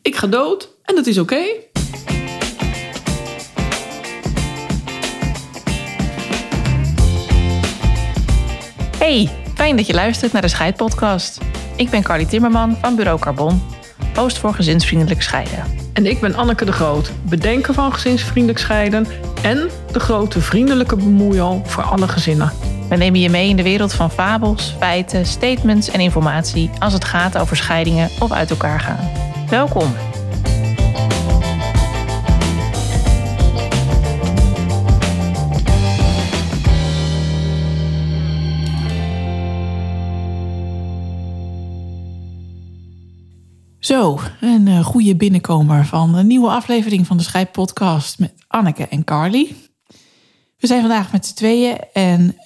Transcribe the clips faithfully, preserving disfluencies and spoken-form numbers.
Ik ga dood en dat is oké. Okay. Hey, fijn dat je luistert naar de Scheidpodcast. Ik ben Carly Timmerman van Bureau Carbon, host voor Gezinsvriendelijk Scheiden. En ik ben Anneke de Groot, bedenker van Gezinsvriendelijk Scheiden en de grote vriendelijke bemoeial voor alle gezinnen. We nemen je mee in de wereld van fabels, feiten, statements en informatie als het gaat over scheidingen of uit elkaar gaan. Welkom! Zo, een uh, goede binnenkomer van een nieuwe aflevering van de Scheidpodcast met Anneke en Carly. We zijn vandaag met z'n tweeën en uh,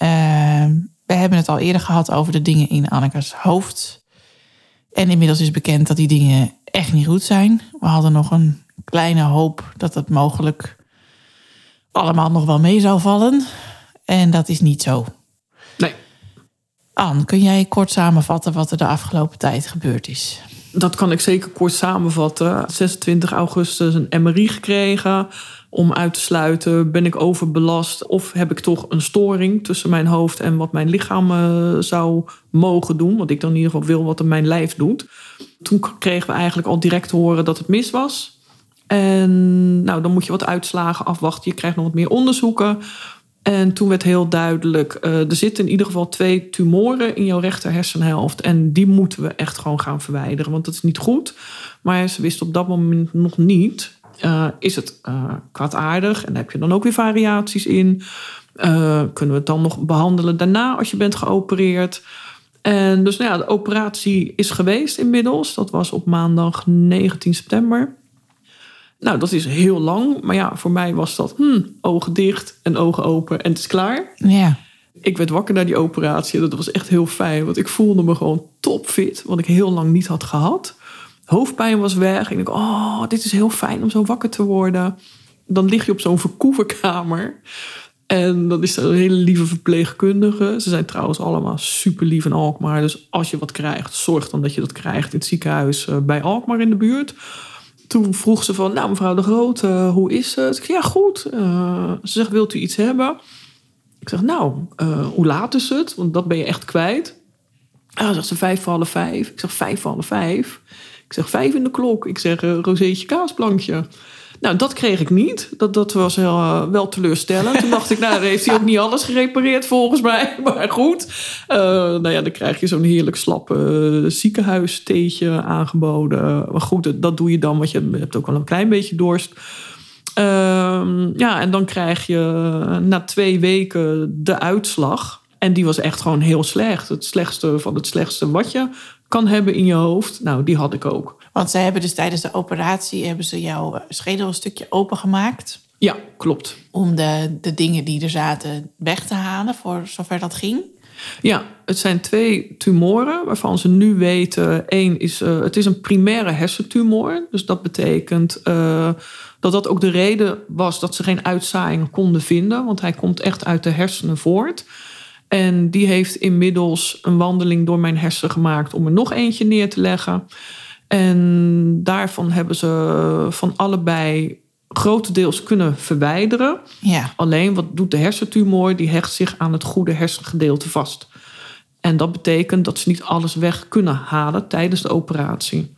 we hebben het al eerder gehad over de dingen in Anneke's hoofd. En inmiddels is bekend dat die dingen echt niet goed zijn. We hadden nog een kleine hoop dat het mogelijk allemaal nog wel mee zou vallen. En dat is niet zo. Nee. Anne, kun jij kort samenvatten wat er de afgelopen tijd gebeurd is? Dat kan ik zeker kort samenvatten. zesentwintig augustus een M R I gekregen. Om uit te sluiten, ben ik overbelast of heb ik toch een storing tussen mijn hoofd en wat mijn lichaam uh, zou mogen doen. Wat ik dan in ieder geval wil wat er mijn lijf doet. Toen kregen we eigenlijk al direct te horen dat het mis was. En nou, dan moet je wat uitslagen afwachten. Je krijgt nog wat meer onderzoeken. En toen werd heel duidelijk, uh, er zitten in ieder geval twee tumoren in jouw rechter hersenhelft. En die moeten we echt gewoon gaan verwijderen, want dat is niet goed. Maar ze wisten op dat moment nog niet, uh, is het uh, kwaadaardig? En daar heb je dan ook weer variaties in. Uh, kunnen we het dan nog behandelen daarna als je bent geopereerd? En dus nou ja, de operatie is geweest inmiddels. Dat was op maandag negentien september. Nou, dat is heel lang. Maar ja, voor mij was dat hmm, ogen dicht en ogen open en het is klaar. Ja. Ik werd wakker na die operatie. Dat was echt heel fijn. Want ik voelde me gewoon topfit. Wat ik heel lang niet had gehad. Hoofdpijn was weg. En ik dacht, oh, dit is heel fijn om zo wakker te worden. Dan lig je op zo'n verkoeverkamer. En dan is er een hele lieve verpleegkundige. Ze zijn trouwens allemaal super lief in Alkmaar. Dus als je wat krijgt, zorg dan dat je dat krijgt in het ziekenhuis bij Alkmaar in de buurt. Toen vroeg ze van, nou mevrouw de Groot, uh, hoe is het? Ik zeg, ja goed. Uh, ze zegt, wilt u iets hebben? Ik zeg, nou, uh, hoe laat is het? Want dat ben je echt kwijt. Ah, zegt ze, vijf voor half vijf. Ik zeg, vijf voor half vijf. Ik zeg, vijf in de klok. Ik zeg, uh, rozeetje kaasplankje. Nou, dat kreeg ik niet. Dat, dat was heel, uh, wel teleurstellend. Toen dacht ik, nou, dan heeft hij ook niet alles gerepareerd volgens mij. Maar goed. Uh, nou ja, dan krijg je zo'n heerlijk slappe uh, ziekenhuistheetje aangeboden. Maar goed, dat, dat doe je dan, want je hebt ook wel een klein beetje dorst. Uh, ja, en dan krijg je uh, na twee weken de uitslag. En die was echt gewoon heel slecht. Het slechtste van het slechtste wat je kan hebben in je hoofd. Nou, die had ik ook. Want ze hebben dus tijdens de operatie hebben ze jouw schedel een stukje opengemaakt. Ja, klopt. Om de, de dingen die er zaten weg te halen, voor zover dat ging. Ja, het zijn twee tumoren waarvan ze nu weten. Eén is, uh, het is een primaire hersentumor. Dus dat betekent uh, dat dat ook de reden was dat ze geen uitzaaiingen konden vinden. Want hij komt echt uit de hersenen voort. En die heeft inmiddels een wandeling door mijn hersen gemaakt om er nog eentje neer te leggen. En daarvan hebben ze van allebei grotendeels kunnen verwijderen. Ja. Alleen, wat doet de hersentumor? Die hecht zich aan het goede hersengedeelte vast. En dat betekent dat ze niet alles weg kunnen halen tijdens de operatie.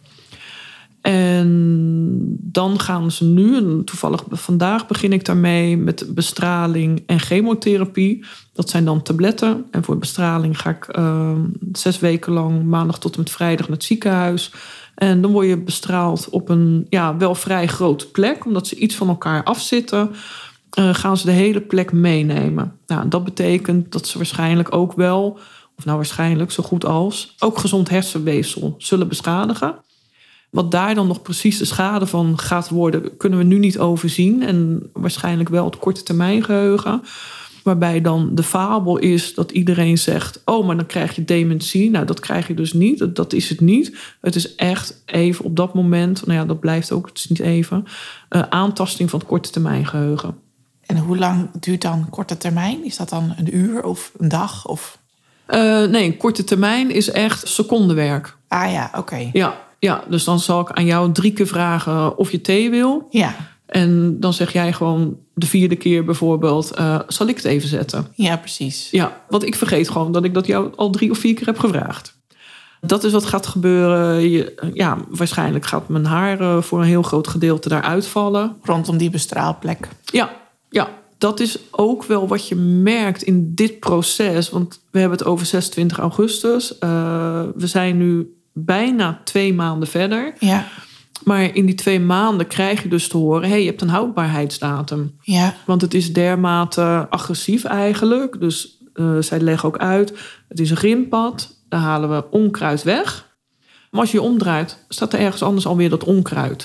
En dan gaan ze nu, en toevallig vandaag begin ik daarmee met bestraling en chemotherapie. Dat zijn dan tabletten. En voor bestraling ga ik uh, zes weken lang maandag tot en met vrijdag naar het ziekenhuis. En dan word je bestraald op een ja, wel vrij grote plek. Omdat ze iets van elkaar afzitten, uh, gaan ze de hele plek meenemen. Nou, dat betekent dat ze waarschijnlijk ook wel, of nou waarschijnlijk zo goed als, ook gezond hersenweefsel zullen beschadigen. Wat daar dan nog precies de schade van gaat worden, kunnen we nu niet overzien. En waarschijnlijk wel het korte termijn geheugen. Waarbij dan de fabel is dat iedereen zegt, oh, maar dan krijg je dementie. Nou, dat krijg je dus niet. Dat, dat is het niet. Het is echt even op dat moment, nou ja, dat blijft ook, het is niet even, uh, aantasting van het korte termijn geheugen. En hoe lang duurt dan korte termijn? Is dat dan een uur of een dag? Of? Uh, nee, een korte termijn is echt secondenwerk. Ah ja, oké. Okay. Ja. ja, dus dan zal ik aan jou drie keer vragen of je thee wil. Ja. En dan zeg jij gewoon de vierde keer bijvoorbeeld, uh, zal ik het even zetten? Ja, precies. Ja, want ik vergeet gewoon dat ik dat jou al drie of vier keer heb gevraagd. Dat is wat gaat gebeuren. Je, ja, waarschijnlijk gaat mijn haar uh, voor een heel groot gedeelte daaruit vallen. Rondom die bestraalplek. Ja, ja, dat is ook wel wat je merkt in dit proces. Want we hebben het over zesentwintig augustus. Uh, we zijn nu bijna twee maanden verder. Ja. Maar in die twee maanden krijg je dus te horen, hey, je hebt een houdbaarheidsdatum. Ja. Want het is dermate agressief eigenlijk. Dus uh, zij leggen ook uit, het is een rimpad. Daar halen we onkruid weg. Maar als je je omdraait, staat er ergens anders alweer dat onkruid.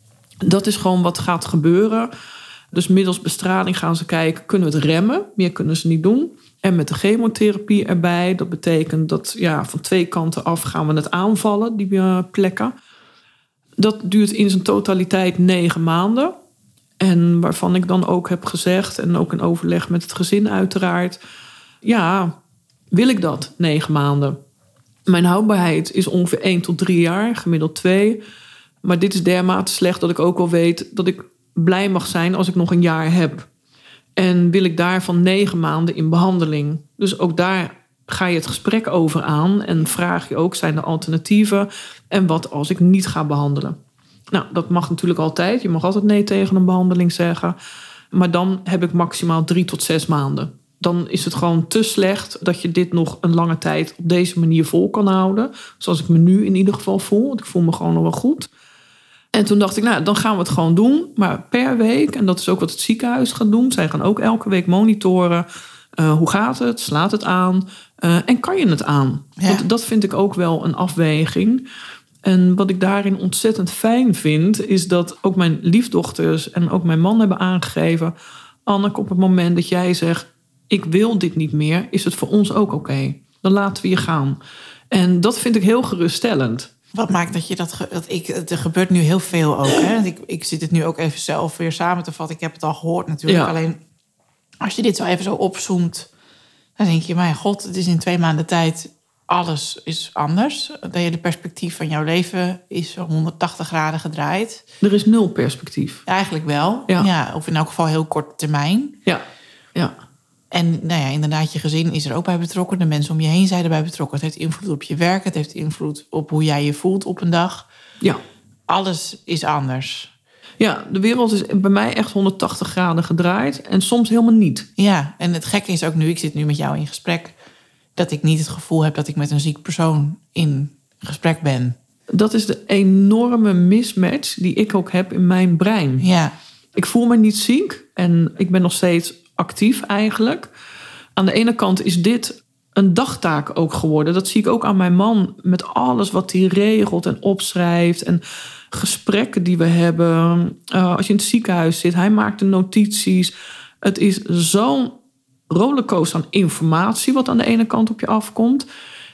Dat is gewoon wat gaat gebeuren. Dus middels bestraling gaan ze kijken, kunnen we het remmen? Meer kunnen ze niet doen. En met de chemotherapie erbij. Dat betekent dat ja, van twee kanten af gaan we het aanvallen, die uh, plekken. Dat duurt in zijn totaliteit negen maanden. En waarvan ik dan ook heb gezegd, en ook in overleg met het gezin uiteraard, ja, wil ik dat, negen maanden? Mijn houdbaarheid is ongeveer één tot drie jaar, gemiddeld twee. Maar dit is dermate slecht dat ik ook wel weet dat ik blij mag zijn als ik nog een jaar heb. En wil ik daarvan negen maanden in behandeling. Dus ook daar ga je het gesprek over aan en vraag je ook, zijn er alternatieven? En wat als ik niet ga behandelen? Nou, dat mag natuurlijk altijd. Je mag altijd nee tegen een behandeling zeggen. Maar dan heb ik maximaal drie tot zes maanden. Dan is het gewoon te slecht dat je dit nog een lange tijd op deze manier vol kan houden. Zoals ik me nu in ieder geval voel. Want ik voel me gewoon nog wel goed. En toen dacht ik, nou, dan gaan we het gewoon doen. Maar per week, en dat is ook wat het ziekenhuis gaat doen. Zij gaan ook elke week monitoren. Uh, hoe gaat het? Slaat het aan? Uh, en kan je het aan? Ja. Want dat vind ik ook wel een afweging. En wat ik daarin ontzettend fijn vind, is dat ook mijn liefdochters en ook mijn man hebben aangegeven, Anneke, op het moment dat jij zegt, ik wil dit niet meer, is het voor ons ook oké. Okay. Dan laten we je gaan. En dat vind ik heel geruststellend. Wat maakt dat je dat... dat ik, er gebeurt nu heel veel ook. Hè? Ik, ik zit het nu ook even zelf weer samen te vatten. Ik heb het al gehoord natuurlijk. Ja. Alleen als je dit zo even zo opzoomt, dan denk je, mijn god, het is in twee maanden tijd, alles is anders. Het hele perspectief van jouw leven is honderdtachtig graden gedraaid. Er is nul perspectief. Eigenlijk wel. Ja. Ja, of in elk geval heel korte termijn. Ja, ja. En nou ja, inderdaad, je gezin is er ook bij betrokken. De mensen om je heen zijn erbij betrokken. Het heeft invloed op je werk. Het heeft invloed op hoe jij je voelt op een dag. Ja. Alles is anders. Ja, de wereld is bij mij echt honderdtachtig graden gedraaid. En soms helemaal niet. Ja, en het gekke is ook nu, ik zit nu met jou in gesprek, dat ik niet het gevoel heb dat ik met een ziek persoon in gesprek ben. Dat is de enorme mismatch die ik ook heb in mijn brein. Ja. Ik voel me niet ziek en ik ben nog steeds actief eigenlijk. Aan de ene kant is dit een dagtaak ook geworden. Dat zie ik ook aan mijn man met alles wat hij regelt en opschrijft en gesprekken die we hebben. Uh, als je in het ziekenhuis zit, hij maakt de notities. Het is zo'n rollercoaster aan informatie wat aan de ene kant op je afkomt.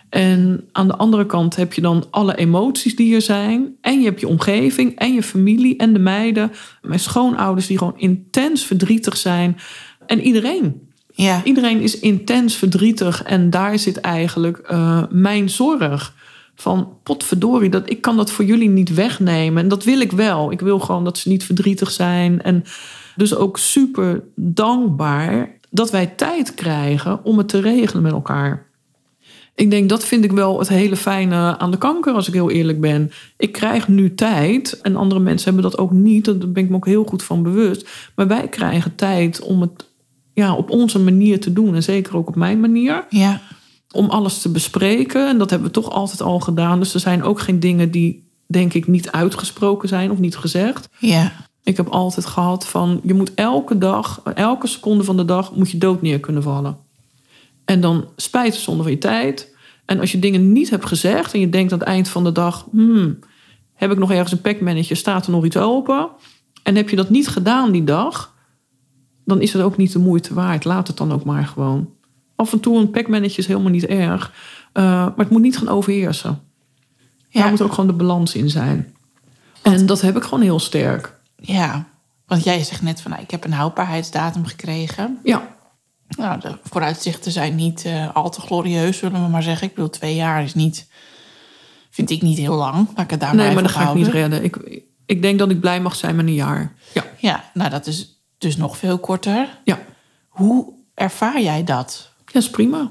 En aan de andere kant heb je dan alle emoties die er zijn. En je hebt je omgeving en je familie en de meiden. Mijn schoonouders die gewoon intens verdrietig zijn. En iedereen. Ja. Iedereen is intens verdrietig. En daar zit eigenlijk uh, mijn zorg. Van potverdorie, dat, ik kan dat voor jullie niet wegnemen. En dat wil ik wel. Ik wil gewoon dat ze niet verdrietig zijn. En dus ook super dankbaar dat wij tijd krijgen om het te regelen met elkaar. Ik denk, dat vind ik wel het hele fijne aan de kanker, als ik heel eerlijk ben. Ik krijg nu tijd, en andere mensen hebben dat ook niet. Daar ben ik me ook heel goed van bewust. Maar wij krijgen tijd om het ja, op onze manier te doen. En zeker ook op mijn manier. Ja. Om alles te bespreken. En dat hebben we toch altijd al gedaan. Dus er zijn ook geen dingen die, denk ik, niet uitgesproken zijn of niet gezegd. Ja. Ik heb altijd gehad van, je moet elke dag, elke seconde van de dag, moet je dood neer kunnen vallen. En dan spijt het zonde van je tijd. En als je dingen niet hebt gezegd en je denkt aan het eind van de dag, hmm, heb ik nog ergens een packmannetje, staat er nog iets open? En heb je dat niet gedaan die dag, dan is het ook niet de moeite waard. Laat het dan ook maar gewoon. Af en toe een packmannetje is helemaal niet erg. Uh, maar het moet niet gaan overheersen. Ja. Daar moet ook gewoon de balans in zijn. Want, en dat heb ik gewoon heel sterk. Ja, want jij zegt net van, nou, ik heb een houdbaarheidsdatum gekregen. Ja. Nou, de vooruitzichten zijn niet uh, al te glorieus, zullen we maar zeggen. Ik bedoel, twee jaar is niet Vind ik niet heel lang. Laat ik het daar maar Nee, maar even dat ga ik niet houden. redden. Ik, ik denk dat ik blij mag zijn met een jaar. Ja. Ja, nou dat is dus nog veel korter. Ja, Hoe ervaar jij dat? ja, is prima.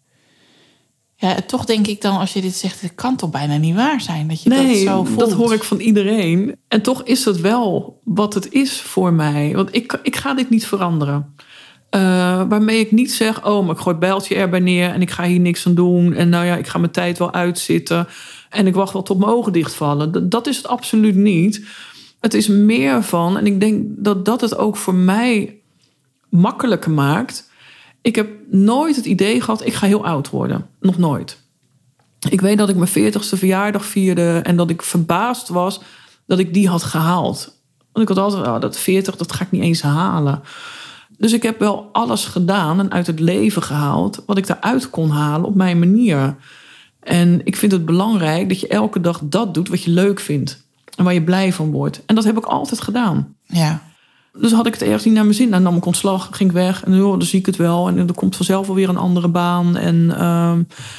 Ja, toch denk ik dan, als je dit zegt, het kan toch bijna niet waar zijn dat je Nee, dat zo voelt. dat hoor ik van iedereen. En toch is dat wel wat het is voor mij. Want ik, ik ga dit niet veranderen. Uh, waarmee ik niet zeg, oh, maar ik gooi het bijltje erbij neer en ik ga hier niks aan doen. En nou ja, ik ga mijn tijd wel uitzitten. En ik wacht wel tot mijn ogen dichtvallen. Dat, dat is het absoluut niet. Het is meer van, en ik denk dat dat het ook voor mij makkelijker maakt. Ik heb nooit het idee gehad, ik ga heel oud worden. Nog nooit. Ik weet dat ik mijn veertigste verjaardag vierde en dat ik verbaasd was dat ik die had gehaald. Want ik had altijd, oh, dat veertig, dat ga ik niet eens halen. Dus ik heb wel alles gedaan en uit het leven gehaald wat ik daaruit kon halen op mijn manier. En ik vind het belangrijk dat je elke dag dat doet wat je leuk vindt. En waar je blij van wordt. En dat heb ik altijd gedaan. Ja. Dus had ik het ergens niet naar mijn zin. Dan nam ik ontslag, ging ik weg. En joh, dan zie ik het wel. En er komt vanzelf alweer een andere baan. En uh,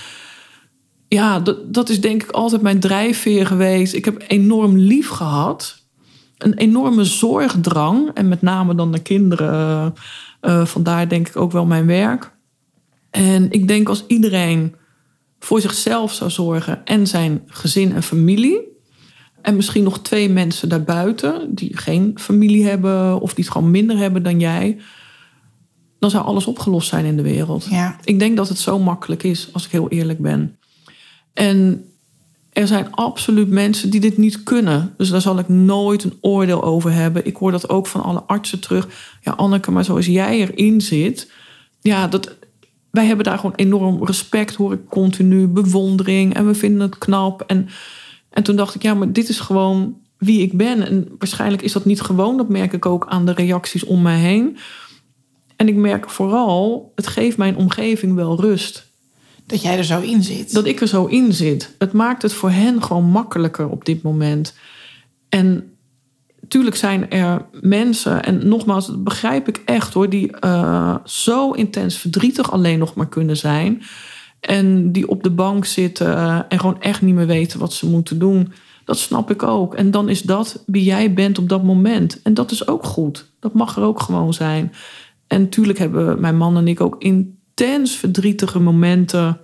ja, dat, dat is denk ik altijd mijn drijfveer geweest. Ik heb enorm lief gehad. Een enorme zorgdrang. En met name dan de kinderen. Uh, uh, vandaar denk ik ook wel mijn werk. En ik denk als iedereen voor zichzelf zou zorgen. En zijn gezin en familie. En misschien nog twee mensen daarbuiten die geen familie hebben of die het gewoon minder hebben dan jij. Dan zou alles opgelost zijn in de wereld. Ja. Ik denk dat het zo makkelijk is, als ik heel eerlijk ben. En er zijn absoluut mensen die dit niet kunnen. Dus daar zal ik nooit een oordeel over hebben. Ik hoor dat ook van alle artsen terug. Ja, Anneke, maar zoals jij erin zit. Ja, dat, wij hebben daar gewoon enorm respect, hoor ik continu. Bewondering en we vinden het knap. En... En toen dacht ik, ja, maar dit is gewoon wie ik ben. En waarschijnlijk is dat niet gewoon. Dat merk ik ook aan de reacties om mij heen. En ik merk vooral, het geeft mijn omgeving wel rust. Dat jij er zo in zit. Dat ik er zo in zit. Het maakt het voor hen gewoon makkelijker op dit moment. En tuurlijk zijn er mensen, en nogmaals, dat begrijp ik echt hoor, die uh, zo intens verdrietig alleen nog maar kunnen zijn. En die op de bank zitten en gewoon echt niet meer weten wat ze moeten doen. Dat snap ik ook. En dan is dat wie jij bent op dat moment. En dat is ook goed. Dat mag er ook gewoon zijn. En natuurlijk hebben mijn man en ik ook intens verdrietige momenten.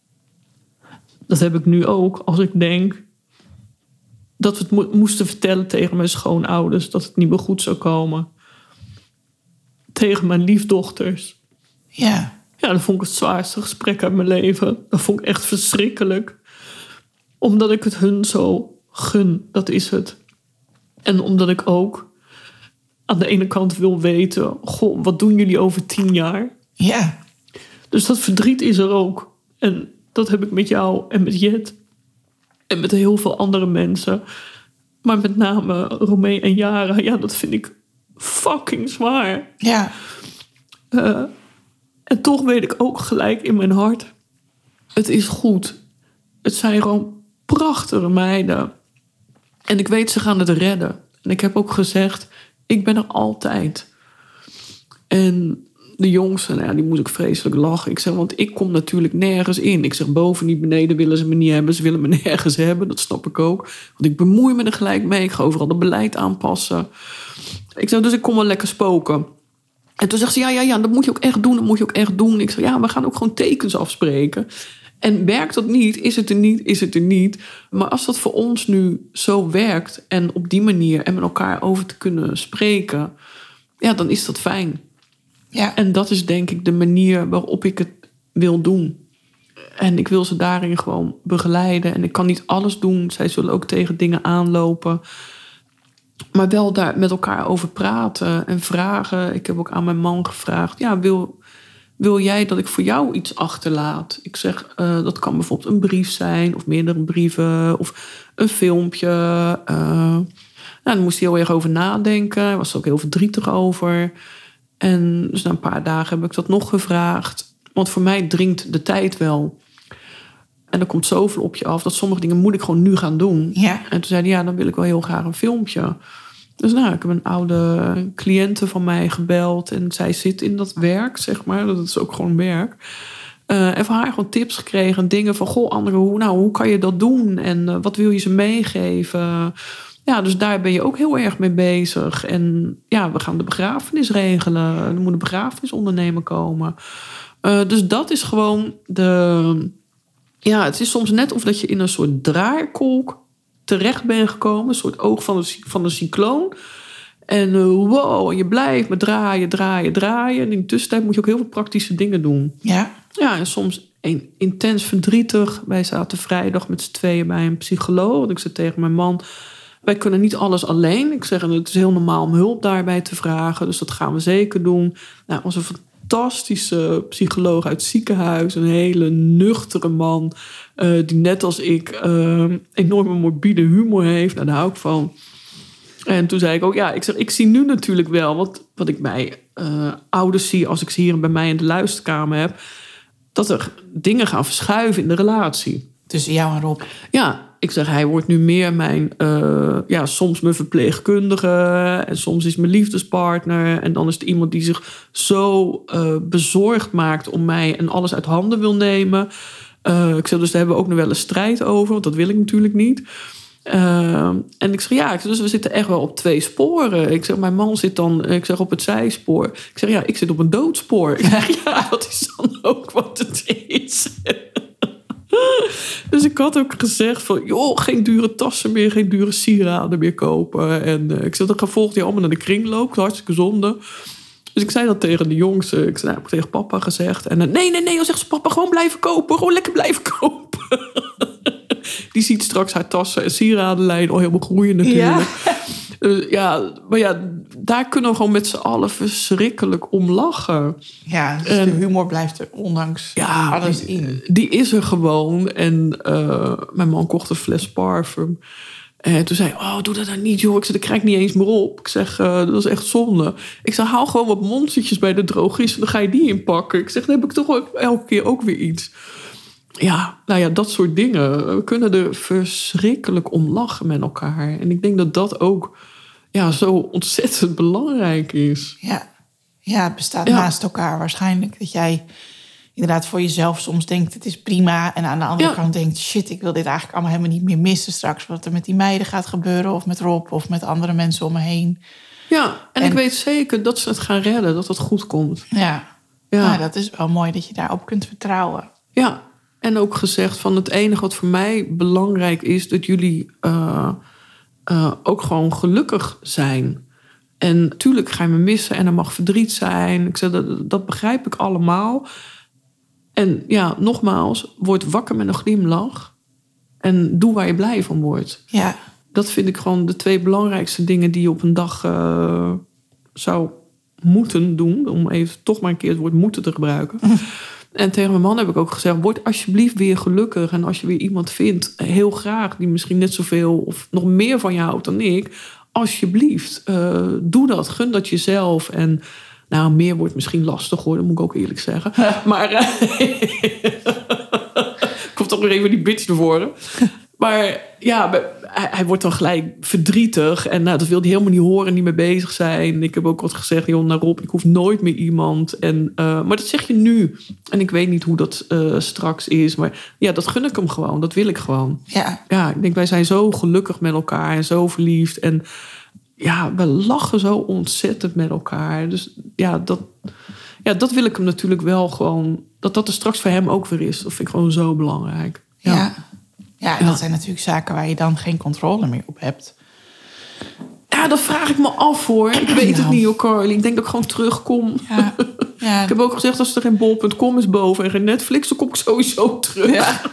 Dat heb ik nu ook als ik denk dat we het mo- moesten vertellen tegen mijn schoonouders. Dat het niet meer goed zou komen. Tegen mijn liefdochters. Ja. Ja, dat vond ik het zwaarste gesprek uit mijn leven. Dat vond ik echt verschrikkelijk. Omdat ik het hun zo gun, dat is het. En omdat ik ook aan de ene kant wil weten... Goh, wat doen jullie over tien jaar? Ja. Dus dat verdriet is er ook. En dat heb ik met jou en met Jet. En met heel veel andere mensen. Maar met name Romee en Jara. Ja, dat vind ik fucking zwaar. Ja. Uh, En toch weet ik ook gelijk in mijn hart, het is goed. Het zijn gewoon prachtige meiden. En ik weet, ze gaan het redden. En ik heb ook gezegd, ik ben er altijd. En de jongste, nou ja, die moet ik vreselijk lachen. Ik zeg, want ik kom natuurlijk nergens in. Ik zeg, boven niet, beneden willen ze me niet hebben. Ze willen me nergens hebben, dat snap ik ook. Want ik bemoei me er gelijk mee. Ik ga overal het beleid aanpassen. Ik zeg, dus ik kom wel lekker spoken. En toen zegt ze, ja, ja, ja, dat moet je ook echt doen, dat moet je ook echt doen. Ik zeg, ja, we gaan ook gewoon tekens afspreken. En werkt dat niet, is het er niet, is het er niet. Maar als dat voor ons nu zo werkt en op die manier en met elkaar over te kunnen spreken, ja, dan is dat fijn. Ja. En dat is denk ik de manier waarop ik het wil doen. En ik wil ze daarin gewoon begeleiden. En ik kan niet alles doen. Zij zullen ook tegen dingen aanlopen. Maar wel daar met elkaar over praten en vragen. Ik heb ook aan mijn man gevraagd, ja, wil, wil jij dat ik voor jou iets achterlaat? Ik zeg, uh, dat kan bijvoorbeeld een brief zijn, of meerdere brieven, of een filmpje. Uh, nou, daar moest hij heel erg over nadenken. Hij was er ook heel verdrietig over. En dus na een paar dagen heb ik dat nog gevraagd. Want voor mij dringt de tijd wel. En er komt zoveel op je af dat sommige dingen moet ik gewoon nu gaan doen. Ja. En toen zei hij, ja, dan wil ik wel heel graag een filmpje. Dus nou, ik heb een oude cliënte van mij gebeld. En zij zit in dat werk, zeg maar. Dat is ook gewoon werk. Uh, en van haar gewoon tips gekregen. Dingen van, goh, Anneke, hoe, nou, hoe kan je dat doen? En uh, wat wil je ze meegeven? Ja, dus daar ben je ook heel erg mee bezig. En ja, we gaan de begrafenis regelen. Er moet een begrafenisondernemer komen. Uh, dus dat is gewoon de... Ja, het is soms net of dat je in een soort draaikolk terecht bent gekomen. Een soort oog van de, van de cycloon. En uh, wow, je blijft maar draaien, draaien, draaien. En in de tussentijd moet je ook heel veel praktische dingen doen. Ja. Ja, en soms een, intens verdrietig. Wij zaten vrijdag met z'n tweeën bij een psycholoog. Want ik zei tegen mijn man, wij kunnen niet alles alleen. Ik zeg, het is heel normaal om hulp daarbij te vragen. Dus dat gaan we zeker doen. Nou, onze fantastische psycholoog uit het ziekenhuis. Een hele nuchtere man. Uh, die net als ik uh, enorme morbide humor heeft. Nou, daar hou ik van. En toen zei ik ook, ja, ik zeg, ik zie nu natuurlijk wel... wat, wat ik bij uh, ouders zie als ik ze hier bij mij in de luisterkamer heb... dat er dingen gaan verschuiven in de relatie. Tussen jou en Rob. Ja, ik zeg, hij wordt nu meer mijn... Uh, ja, soms mijn verpleegkundige... en soms is mijn liefdespartner... en dan is het iemand die zich zo uh, bezorgd maakt... om mij en alles uit handen wil nemen. Uh, ik zeg, dus daar hebben we ook nog wel een strijd over... want dat wil ik natuurlijk niet... Uh, en ik zeg, ja, dus we zitten echt wel op twee sporen. Ik zeg, mijn man zit dan ik zeg, op het zijspoor. Ik zeg, ja, ik zit op een doodspoor. Ik zeg, ja, dat is dan ook wat het is. Dus ik had ook gezegd van, joh, geen dure tassen meer, geen dure sieraden meer kopen. En uh, ik zeg, dan volgt hij allemaal naar de kringloop, hartstikke zonde. Dus ik zei dat tegen de jongste. Ik zei, nou, heb ik tegen papa gezegd. En uh, nee, nee, nee, dan zegt ze, papa, gewoon blijven kopen. Gewoon lekker blijven kopen. Die ziet straks haar tassen en sieradenlijn al helemaal groeien natuurlijk. Ja. Uh, ja, maar ja, daar kunnen we gewoon met z'n allen verschrikkelijk om lachen. Ja, dus en, de humor blijft er ondanks ja, alles die, in. Die is er gewoon. En uh, mijn man kocht een fles parfum. En toen zei hij, oh, doe dat dan niet, joh. Ik zei, dat krijg ik niet eens meer op. Ik zeg, uh, dat is echt zonde. Ik zeg, haal gewoon wat monstertjes bij de drogist... en dan ga je die inpakken. Ik zeg, dan heb ik toch ook elke keer ook weer iets. Ja, nou ja, dat soort dingen. We kunnen er verschrikkelijk om lachen met elkaar. En ik denk dat dat ook ja, zo ontzettend belangrijk is. Ja, ja het bestaat ja. naast elkaar waarschijnlijk. Dat jij inderdaad voor jezelf soms denkt, het is prima. En aan de andere ja. kant denkt, shit, ik wil dit eigenlijk allemaal helemaal niet meer missen straks. Wat er met die meiden gaat gebeuren. Of met Rob of met andere mensen om me heen. Ja, en, en ik weet zeker dat ze het gaan redden. Dat het goed komt. Ja, ja. Nou, dat is wel mooi dat je daarop kunt vertrouwen. Ja. En ook gezegd van het enige wat voor mij belangrijk is... dat jullie uh, uh, ook gewoon gelukkig zijn. En natuurlijk ga je me missen en er mag verdriet zijn. Ik zeg, dat, dat begrijp ik allemaal. En ja, nogmaals, word wakker met een glimlach. En doe waar je blij van wordt. Ja. Dat vind ik gewoon de twee belangrijkste dingen... die je op een dag uh, zou moeten doen. Om even toch maar een keer het woord moeten te gebruiken... En tegen mijn man heb ik ook gezegd... word alsjeblieft weer gelukkig. En als je weer iemand vindt, heel graag... die misschien net zoveel of nog meer van je houdt dan ik... alsjeblieft, uh, doe dat. Gun dat jezelf. En nou, meer wordt misschien lastig hoor... dat moet ik ook eerlijk zeggen. Maar uh, komt toch weer even die bitch naar voren. Maar ja, hij, hij wordt dan gelijk verdrietig. En nou, dat wil hij helemaal niet horen, niet mee bezig zijn. Ik heb ook wat gezegd, joh, naar Rob, ik hoef nooit meer iemand. En, uh, maar dat zeg je nu. En ik weet niet hoe dat uh, straks is. Maar ja, dat gun ik hem gewoon. Dat wil ik gewoon. Ja. Ja, ik denk, wij zijn zo gelukkig met elkaar en zo verliefd. En ja, we lachen zo ontzettend met elkaar. Dus ja, dat, ja, dat wil ik hem natuurlijk wel gewoon... dat dat er straks voor hem ook weer is. Dat vind ik gewoon zo belangrijk. Ja. Ja. Ja, en dat zijn natuurlijk zaken waar je dan geen controle meer op hebt. Ja, dat vraag ik me af hoor. Ik weet ja. het niet hoor, Carly. Ik denk dat ik gewoon terugkom. Ja. Ja. Ik heb ook gezegd, als er geen bol punt com is boven en geen Netflix... dan kom ik sowieso terug. Ja.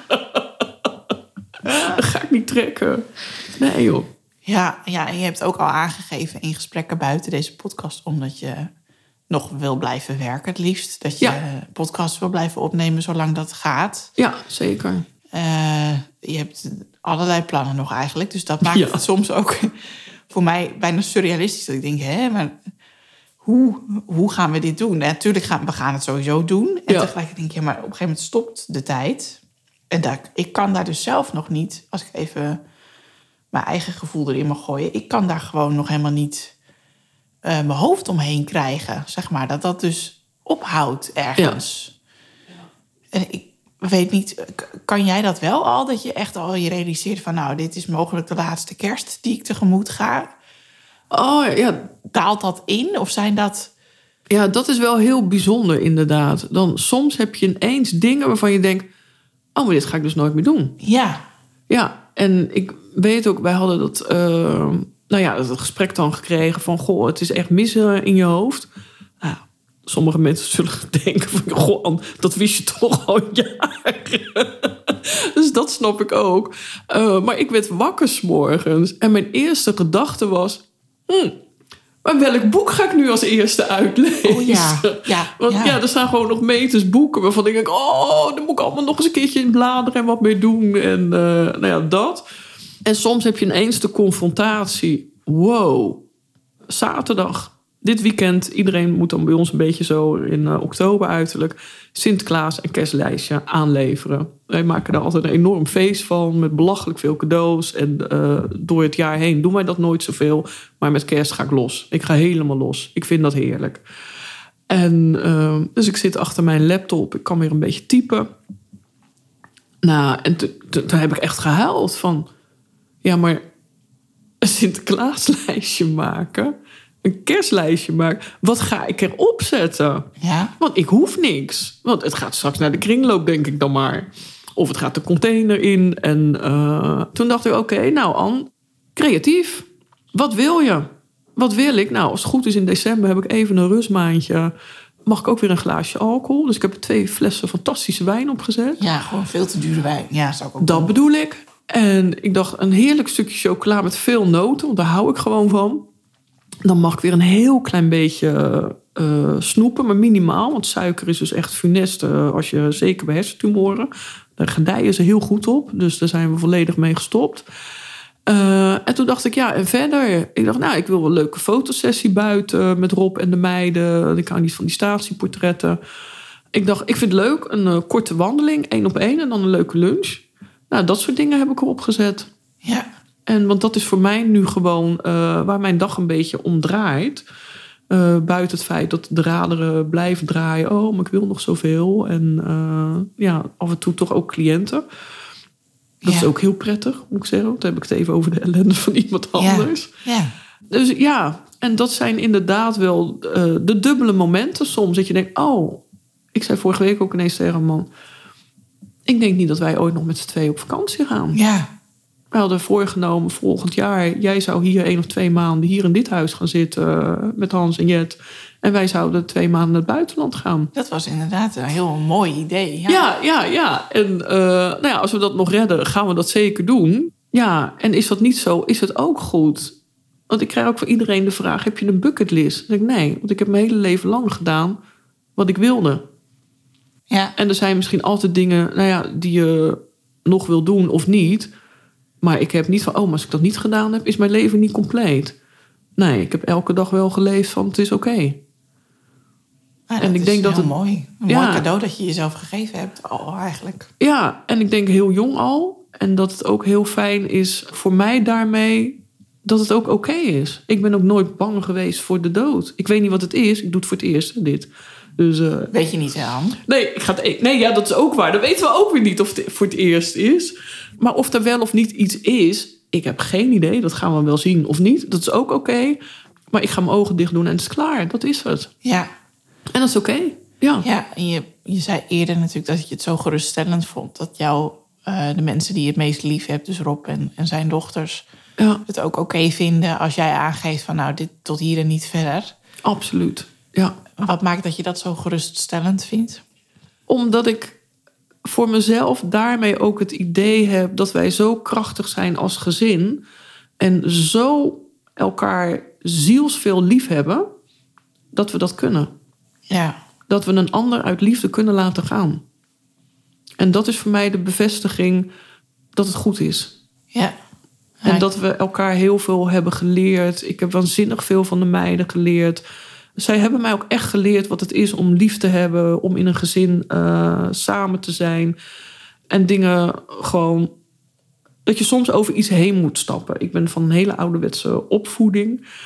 Dat ga ik niet trekken. Nee joh. Ja, ja, en je hebt ook al aangegeven in gesprekken buiten deze podcast... omdat je nog wil blijven werken het liefst. Dat je ja. podcast wil blijven opnemen zolang dat gaat. Ja, zeker. Uh, je hebt allerlei plannen nog eigenlijk. Dus dat maakt ja. het soms ook voor mij bijna surrealistisch. Dat ik denk, hè, maar hoe, hoe gaan we dit doen? En natuurlijk gaan we gaan het sowieso doen. En ja. tegelijk denk je, maar op een gegeven moment stopt de tijd. En dat, ik kan daar dus zelf nog niet, als ik even mijn eigen gevoel erin mag gooien... ik kan daar gewoon nog helemaal niet uh, mijn hoofd omheen krijgen. Zeg maar, dat dat dus ophoudt ergens. Ja. En ik weet niet, kan jij dat wel al? Dat je echt al je realiseert van... nou, dit is mogelijk de laatste kerst die ik tegemoet ga. Oh ja, Daalt dat in? Of zijn dat... ja, dat is wel heel bijzonder inderdaad. Dan soms heb je ineens dingen waarvan je denkt... oh, maar dit ga ik dus nooit meer doen. Ja. Ja, en ik weet ook, wij hadden dat, uh, nou ja, dat gesprek dan gekregen van... goh, het is echt mis uh, in je hoofd. Nou, sommige mensen zullen denken van... goh, dat wist je toch al jaren. Dus dat snap ik ook. Uh, maar ik werd wakker 's morgens. En mijn eerste gedachte was... Hm, maar welk boek ga ik nu als eerste uitlezen? Oh ja, ja. Want ja. ja, er staan gewoon nog meters boeken... waarvan ik denk, oh, daar moet ik allemaal nog eens een keertje in bladeren... en wat mee doen. En uh, nou ja, dat. En soms heb je ineens de confrontatie... wow, zaterdag... dit weekend, iedereen moet dan bij ons een beetje zo in uh, oktober uiterlijk... Sinterklaas en kerstlijstje aanleveren. Wij maken daar altijd een enorm feest van... met belachelijk veel cadeaus. En uh, door het jaar heen doen wij dat nooit zoveel. Maar met kerst ga ik los. Ik ga helemaal los. Ik vind dat heerlijk. En uh, dus ik zit achter mijn laptop. Ik kan weer een beetje typen. Nou, en toen heb ik echt gehuild van... ja, maar een Sinterklaaslijstje maken... een kerstlijstje maken. Wat ga ik erop zetten? Ja. Want ik hoef niks. Want het gaat straks naar de kringloop, denk ik dan maar. Of het gaat de container in. En uh, toen dacht ik, oké, okay, nou Ann, creatief. Wat wil je? Wat wil ik? Nou, als het goed is in december heb ik even een rustmaandje. Mag ik ook weer een glaasje alcohol? Dus ik heb er twee flessen fantastische wijn opgezet. Ja, gewoon veel te dure wijn. Ja, zou ik ook Dat doen. bedoel ik. En ik dacht, een heerlijk stukje chocola met veel noten. Want daar hou ik gewoon van. Dan mag ik weer een heel klein beetje uh, snoepen, maar minimaal. Want suiker is dus echt funest uh, als je zeker bij hersentumoren. Daar gedijen ze heel goed op. Dus daar zijn we volledig mee gestopt. Uh, en toen dacht ik, ja, en verder? Ik dacht, nou, ik wil een leuke fotosessie buiten met Rob en de meiden. Ik hou niet van die statieportretten. Ik dacht, ik vind het leuk, een uh, korte wandeling, één op één. En dan een leuke lunch. Nou, dat soort dingen heb ik erop gezet. Ja. En want dat is voor mij nu gewoon uh, waar mijn dag een beetje om draait. Uh, buiten het feit dat de raderen blijven draaien. Oh, maar ik wil nog zoveel. En uh, ja, af en toe toch ook cliënten. Dat ja. is ook heel prettig, moet ik zeggen. Want dan heb ik het even over de ellende van iemand anders. Ja. Ja. Dus ja, en dat zijn inderdaad wel uh, de dubbele momenten soms. Dat je denkt, oh, ik zei vorige week ook ineens tegen een man... ik denk niet dat wij ooit nog met z'n tweeën op vakantie gaan. Ja. We hadden voorgenomen volgend jaar... jij zou hier één of twee maanden hier in dit huis gaan zitten... Uh, met Hans en Jet. En wij zouden twee maanden naar het buitenland gaan. Dat was inderdaad een heel mooi idee. Ja, ja, ja. ja. En uh, nou ja, als we dat nog redden, gaan we dat zeker doen. Ja, en is dat niet zo, is het ook goed. Want ik krijg ook voor iedereen de vraag... heb je een bucketlist? Dan denk ik, nee, want ik heb mijn hele leven lang gedaan... wat ik wilde. Ja. En er zijn misschien altijd dingen... nou ja, die je nog wil doen of niet... Maar ik heb niet van, oh, maar als ik dat niet gedaan heb... is mijn leven niet compleet. Nee, ik heb elke dag wel geleefd van, het is oké. Okay. Ja, en ik is denk dat heel het mooi. Een ja, mooi cadeau dat je jezelf gegeven hebt, al eigenlijk. Ja, en ik denk heel jong al. En dat het ook heel fijn is voor mij daarmee... dat het ook oké okay is. Ik ben ook nooit bang geweest voor de dood. Ik weet niet wat het is. Ik doe het voor het eerst, dit. Dus, uh, weet je niet aan? Nee, ik ga het, nee, ja, dat is ook waar. Dan weten we ook weer niet of het voor het eerst is. Maar of er wel of niet iets is... ik heb geen idee. Dat gaan we wel zien of niet. Dat is ook oké. Okay. Maar ik ga mijn ogen dicht doen en het is klaar. Dat is het. Ja. En dat is oké. Okay. Ja. Ja, en je, je zei eerder natuurlijk dat je het zo geruststellend vond... dat jou, uh, de mensen die je het meest lief hebt... dus Rob en, en zijn dochters... Ja. het ook oké okay vinden als jij aangeeft van... nou, dit tot hier en niet verder. Absoluut, ja. Wat maakt dat je dat zo geruststellend vindt? Omdat ik voor mezelf daarmee ook het idee heb... dat wij zo krachtig zijn als gezin... en zo elkaar zielsveel lief hebben... dat we dat kunnen. Ja. Dat we een ander uit liefde kunnen laten gaan. En dat is voor mij de bevestiging dat het goed is. Ja. En ja. dat we elkaar heel veel hebben geleerd. Ik heb waanzinnig veel van de meiden geleerd... Zij hebben mij ook echt geleerd wat het is om lief te hebben... om in een gezin uh, samen te zijn. En dingen gewoon... dat je soms over iets heen moet stappen. Ik ben van een hele ouderwetse opvoeding.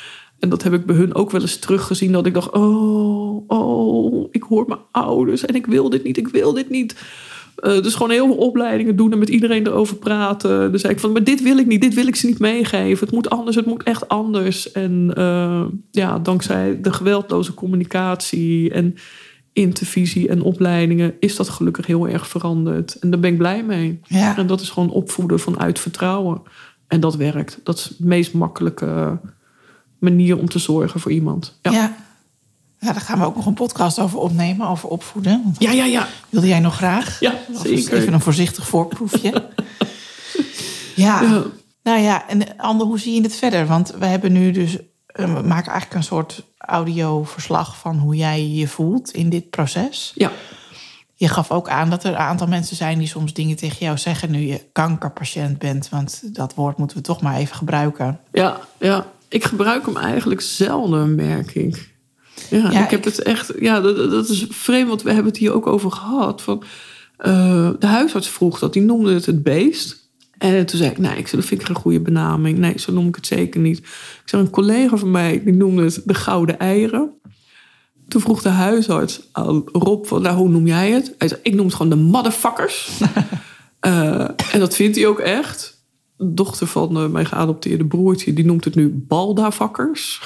En dat heb ik bij hun ook wel eens teruggezien. Dat ik dacht, oh, oh, ik hoor mijn ouders. En ik wil dit niet, ik wil dit niet. Uh, dus gewoon heel veel opleidingen doen en met iedereen erover praten. Dan zei ik van, maar dit wil ik niet, dit wil ik ze niet meegeven. Het moet anders, het moet echt anders. En uh, ja, dankzij de geweldloze communicatie en intervisie en opleidingen is dat gelukkig heel erg veranderd. En daar ben ik blij mee. Ja. En dat is gewoon opvoeden vanuit vertrouwen. En dat werkt. Dat is de meest makkelijke manier om te zorgen voor iemand. Ja. Ja. Ja, daar gaan we ook nog een podcast over opnemen, over opvoeden. Want Ja, ja, ja. wilde jij nog graag? Ja, zeker. Even een voorzichtig voorproefje. ja. Ja. Nou ja, en Ander, hoe zie je het verder? Want we hebben nu dus, we maken eigenlijk een soort audioverslag van hoe jij je voelt in dit proces. Ja. Je gaf ook aan dat er een aantal mensen zijn die soms dingen tegen jou zeggen nu je kankerpatiënt bent. Want dat woord moeten we toch maar even gebruiken. Ja, ja. Ik gebruik hem eigenlijk zelden, merk ik. Ja, Ja, ik heb ik- het echt... Ja, dat, dat is vreemd, want we hebben het hier ook over gehad. Van, uh, de huisarts vroeg dat, die noemde het het beest. En toen zei ik, nee, ik zeg, dat vind ik geen goede benaming. Nee, zo noem ik het zeker niet. Ik zeg, een collega van mij, die noemde het de gouden eieren. Toen vroeg de huisarts aan Rob, van, nou, hoe noem jij het? Hij zei, ik noem het gewoon de motherfuckers. uh, en dat vindt hij ook echt. De dochter van uh, mijn geadopteerde broertje, die noemt het nu baldavakkers.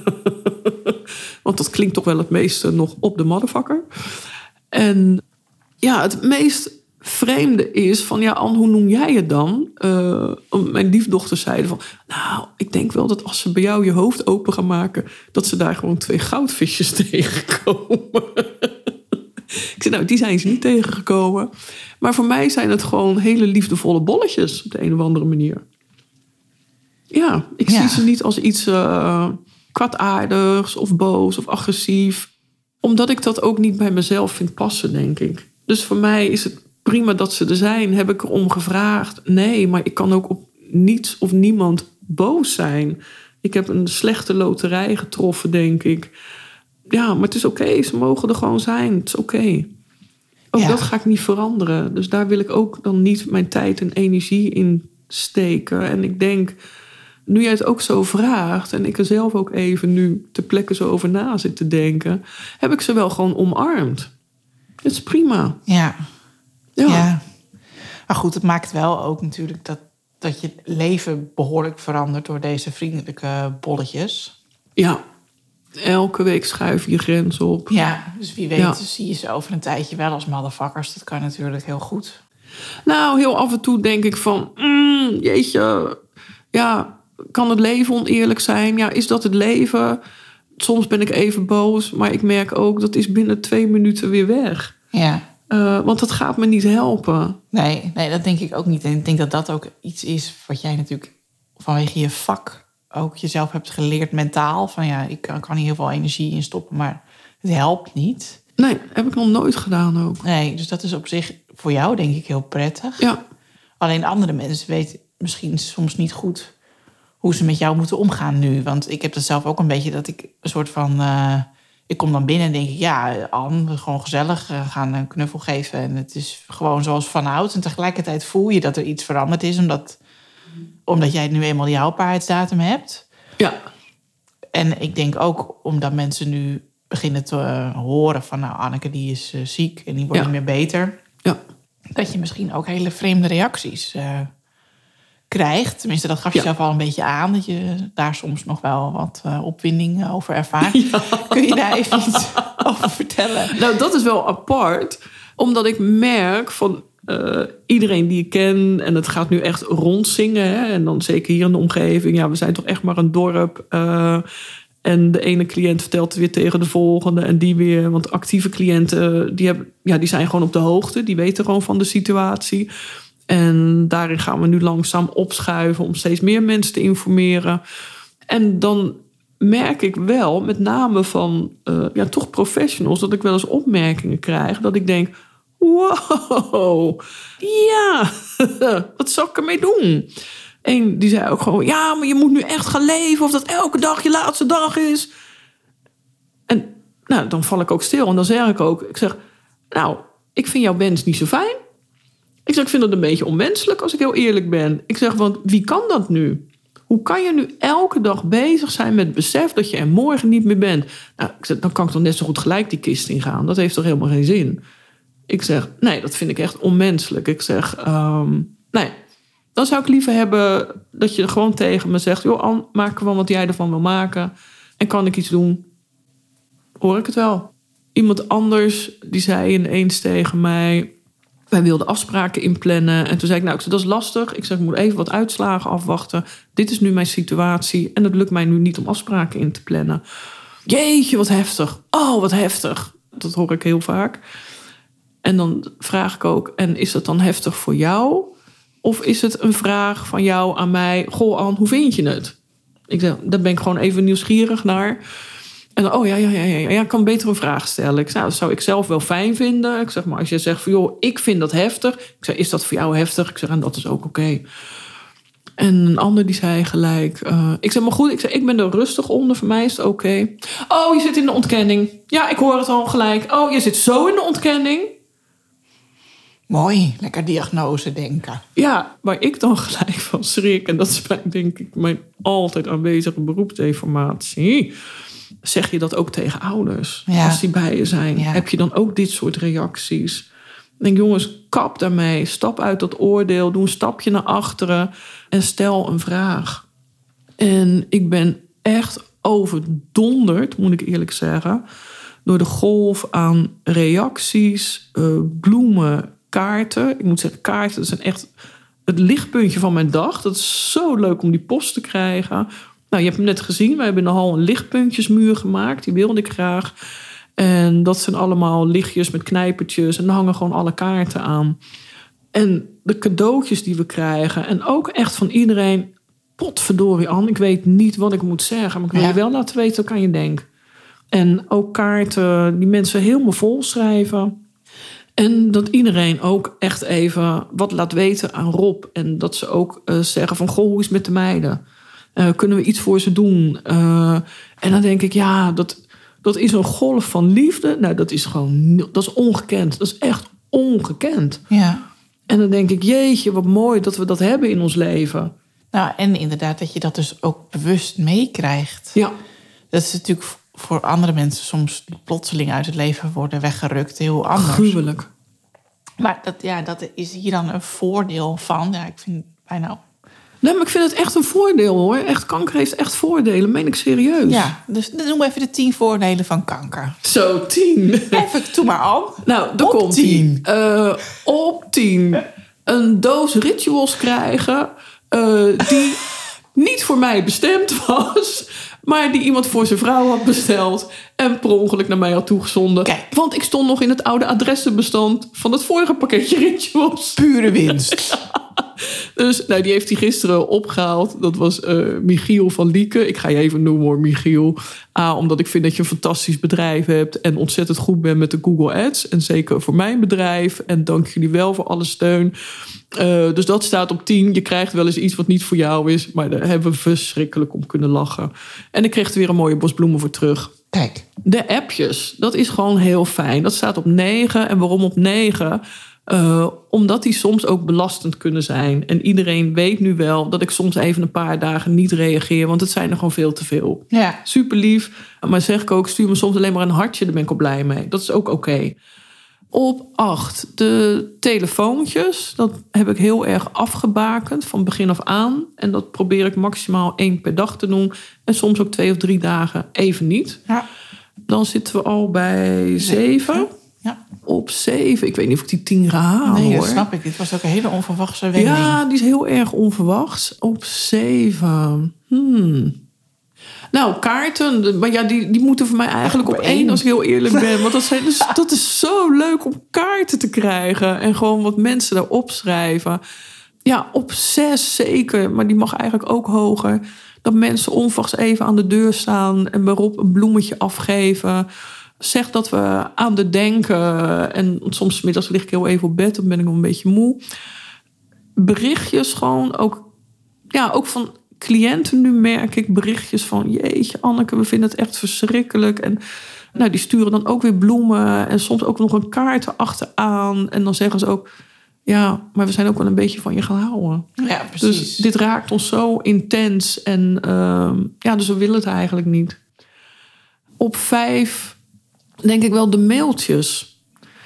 Want dat klinkt toch wel het meeste nog op de motherfucker. En ja, het meest vreemde is van, ja, Anne, hoe noem jij het dan? Uh, mijn liefdochters zeiden van, nou, ik denk wel dat als ze bij jou je hoofd open gaan maken, dat ze daar gewoon twee goudvisjes tegenkomen. Ik zei, nou, die zijn ze niet tegengekomen. Maar voor mij zijn het gewoon hele liefdevolle bolletjes op de een of andere manier. Ja, ik Ja. zie ze niet als iets uh, kwaadaardigs of boos of agressief. Omdat ik dat ook niet bij mezelf vind passen, denk ik. Dus voor mij is het prima dat ze er zijn. Heb ik erom gevraagd? Nee, maar ik kan ook op niets of niemand boos zijn. Ik heb een slechte loterij getroffen, denk ik. Ja, maar het is oké. Okay. Ze mogen er gewoon zijn. Het is oké. Okay. Ook Ja. dat ga ik niet veranderen. Dus daar wil ik ook dan niet mijn tijd en energie in steken. En ik denk, nu jij het ook zo vraagt, en ik er zelf ook even nu ter plekke zo over na zit te denken, heb ik ze wel gewoon omarmd. Het is prima. Ja. Ja. Ja. Maar goed, het maakt wel ook natuurlijk dat, dat je leven behoorlijk verandert door deze vriendelijke bolletjes. Ja. Elke week schuif je je grens op. Ja, dus wie weet Ja. zie je ze over een tijdje wel als motherfuckers. Dat kan natuurlijk heel goed. Nou, heel af en toe denk ik van, mm, jeetje, ja, kan het leven oneerlijk zijn? Ja, is dat het leven? Soms ben ik even boos, maar ik merk ook dat is binnen twee minuten weer weg. Ja. Uh, want dat gaat me niet helpen. Nee, nee, dat denk ik ook niet. En ik denk dat dat ook iets is wat jij natuurlijk vanwege je vak ook jezelf hebt geleerd mentaal. Van ja, ik kan, kan hier heel veel energie in stoppen, maar het helpt niet. Nee, heb ik nog nooit gedaan ook. Nee, dus dat is op zich voor jou denk ik heel prettig. Ja. Alleen andere mensen weten misschien soms niet goed hoe ze met jou moeten omgaan nu. Want ik heb dat zelf ook een beetje dat ik een soort van... Uh, ik kom dan binnen en denk ik, ja, Anne, gewoon gezellig. We gaan een knuffel geven en het is gewoon zoals vanouds. En tegelijkertijd voel je dat er iets veranderd is, omdat, omdat jij nu eenmaal die houdbaarheidsdatum hebt. Ja. En ik denk ook omdat mensen nu beginnen te uh, horen van, nou, Anneke die is uh, ziek en die wordt Ja. niet meer beter. Ja. Dat je misschien ook hele vreemde reacties uh, krijgt. Tenminste, dat gaf je Ja. zelf al een beetje aan. Dat je daar soms nog wel wat uh, opwinding over ervaart. Ja. Kun je daar even iets over vertellen? Nou, dat is wel apart. Omdat ik merk van uh, iedereen die ik ken, en het gaat nu echt rondzingen. Hè, en dan zeker hier in de omgeving. Ja, we zijn toch echt maar een dorp. Uh, en de ene cliënt vertelt het weer tegen de volgende. En die weer. Want actieve cliënten, die, hebben, ja, die zijn gewoon op de hoogte. Die weten gewoon van de situatie. En daarin gaan we nu langzaam opschuiven om steeds meer mensen te informeren. En dan merk ik wel, met name van uh, ja, toch professionals, dat ik wel eens opmerkingen krijg. Dat ik denk, wow, ja, wat zou ik ermee doen? Eén die zei ook gewoon, ja, maar je moet nu echt gaan leven of dat elke dag je laatste dag is. En nou, dan val ik ook stil en dan zeg ik ook, ik zeg, nou, ik vind jouw wens niet zo fijn. Ik zeg, ik vind het een beetje onmenselijk als ik heel eerlijk ben. Ik zeg, want wie kan dat nu? Hoe kan je nu elke dag bezig zijn met het besef dat je er morgen niet meer bent? Nou, ik zeg, dan kan ik toch net zo goed gelijk die kist ingaan. Dat heeft toch helemaal geen zin? Ik zeg, nee, dat vind ik echt onmenselijk. Ik zeg, um, nee, dan zou ik liever hebben dat je gewoon tegen me zegt... joh, Ann, maak gewoon wat jij ervan wil maken. En kan ik iets doen? Hoor ik het wel. Iemand anders, die zei ineens tegen mij... wij wilden afspraken inplannen. En toen zei ik, nou, ik zeg, dat is lastig. Ik zeg, ik moet even wat uitslagen afwachten. Dit is nu mijn situatie. En het lukt mij nu niet om afspraken in te plannen. Jeetje, wat heftig. Oh, wat heftig. Dat hoor ik heel vaak. En dan vraag ik ook, en is dat dan heftig voor jou? Of is het een vraag van jou aan mij? Goh, Ann, hoe vind je het? Ik zeg, daar ben ik gewoon even nieuwsgierig naar. En dan, oh ja, ja, ja, ja, ja, ik kan beter een vraag stellen. Ik zeg, nou, dat zou ik zelf wel fijn vinden. Ik zeg, maar als je zegt van, joh, ik vind dat heftig. Ik zeg, is dat voor jou heftig? Ik zeg, en dat is ook oké. Okay. En een ander die zei gelijk... Uh, ik zeg, maar goed, ik zeg, ik ben er rustig onder. Voor mij is het oké. Okay. Oh, je zit in de ontkenning. Ja, ik hoor het al gelijk. Oh, je zit zo in de ontkenning. Mooi, lekker diagnose denken. Ja, waar ik dan gelijk van schrik... en dat is denk ik mijn altijd aanwezige beroepsdeformatie... zeg je dat ook tegen ouders? Ja. Als die bij je zijn, ja. Heb je dan ook dit soort reacties? Ik denk, jongens, kap daarmee. Stap uit dat oordeel. Doe een stapje naar achteren. En stel een vraag. En ik ben echt overdonderd, moet ik eerlijk zeggen... door de golf aan reacties, uh, bloemen, kaarten. Ik moet zeggen, kaarten, dat zijn echt het lichtpuntje van mijn dag. Dat is zo leuk om die post te krijgen... Nou, je hebt hem net gezien. Wij hebben al een lichtpuntjesmuur gemaakt. Die wilde ik graag. En dat zijn allemaal lichtjes met knijpertjes. En daar hangen gewoon alle kaarten aan. En de cadeautjes die we krijgen. En ook echt van iedereen. Potverdorie, Ann. Ik weet niet wat ik moet zeggen. Maar ik wil ja. je wel laten weten wat ik aan je denk. En ook kaarten die mensen helemaal vol schrijven. En dat iedereen ook echt even wat laat weten aan Rob. En dat ze ook uh, zeggen van... goh, hoe is het met de meiden? Uh, kunnen we iets voor ze doen? Uh, en dan denk ik, ja, dat, dat is een golf van liefde. Nou, dat is gewoon, dat is ongekend. Dat is echt ongekend. Ja. En dan denk ik, jeetje, wat mooi dat we dat hebben in ons leven. Nou, en inderdaad dat je dat dus ook bewust meekrijgt. Ja. Dat is natuurlijk voor andere mensen soms plotseling uit het leven worden weggerukt. Heel anders. Gruwelijk. Maar dat, ja, dat is hier dan een voordeel van. Ja, ik vind bijna... Nee, maar ik vind het echt een voordeel, hoor. Echt, kanker heeft echt voordelen, meen ik serieus. Ja, dus noem even de tien voordelen van kanker. Zo, tien. Even, doe maar al. Nou, daar komt tien. Uh, op tien. Een doos rituals krijgen uh, die niet voor mij bestemd was... maar die iemand voor zijn vrouw had besteld... en per ongeluk naar mij had toegezonden. Kijk. Want ik stond nog in het oude adressenbestand... van het vorige pakketje rituals. Pure winst. Dus nou, die heeft hij gisteren opgehaald. Dat was uh, Michiel van Lieke. Ik ga je even noemen hoor, Michiel. A, omdat ik vind dat je een fantastisch bedrijf hebt... en ontzettend goed bent met de Google Ads. En zeker voor mijn bedrijf. En dank jullie wel voor alle steun. Uh, dus dat staat op tien. Je krijgt wel eens iets wat niet voor jou is... maar daar hebben we verschrikkelijk om kunnen lachen. En ik kreeg er weer een mooie bos bloemen voor terug. Kijk. De appjes, dat is gewoon heel fijn. Dat staat op negen. En waarom op negen... Uh, omdat die soms ook belastend kunnen zijn. En iedereen weet nu wel dat ik soms even een paar dagen niet reageer... want het zijn er gewoon veel te veel. Ja. Super lief. Maar zeg ik ook, stuur me soms alleen maar een hartje... daar ben ik ook blij mee. Dat is ook oké. Okay. Op acht, de telefoontjes. Dat heb ik heel erg afgebakend van begin af aan. En dat probeer ik maximaal één per dag te doen. En soms ook twee of drie dagen even niet. Ja. Dan zitten we al bij zeven... Ja. Op zeven. Ik weet niet of ik die tien ga halen. Nee, dat hoor. snap ik. Dit was ook een hele onverwachte wending. Ja, die is heel erg onverwachts. Op zeven. Hmm. Nou, kaarten. Maar ja, die, die moeten voor mij eigenlijk op, op één, één, als ik heel eerlijk ben. Want dat, zijn dus, dat is zo leuk om kaarten te krijgen. En gewoon wat mensen daarop schrijven. Ja, op zes zeker. Maar die mag eigenlijk ook hoger. Dat mensen onverwachts even aan de deur staan. En waarop een bloemetje afgeven. Zeg dat we aan de denken. En soms 's middags lig ik heel even op bed. Dan ben ik nog een beetje moe. Berichtjes gewoon ook. Ja, ook van cliënten nu merk ik berichtjes van... Jeetje, Anneke, we vinden het echt verschrikkelijk. En nou, die sturen dan ook weer bloemen. En soms ook nog een kaart erachteraan. En dan zeggen ze ook... ja, maar we zijn ook wel een beetje van je gaan houden. Ja, precies. Dus dit raakt ons zo intens. En uh, ja, dus we willen het eigenlijk niet. Op vijf denk ik wel de mailtjes.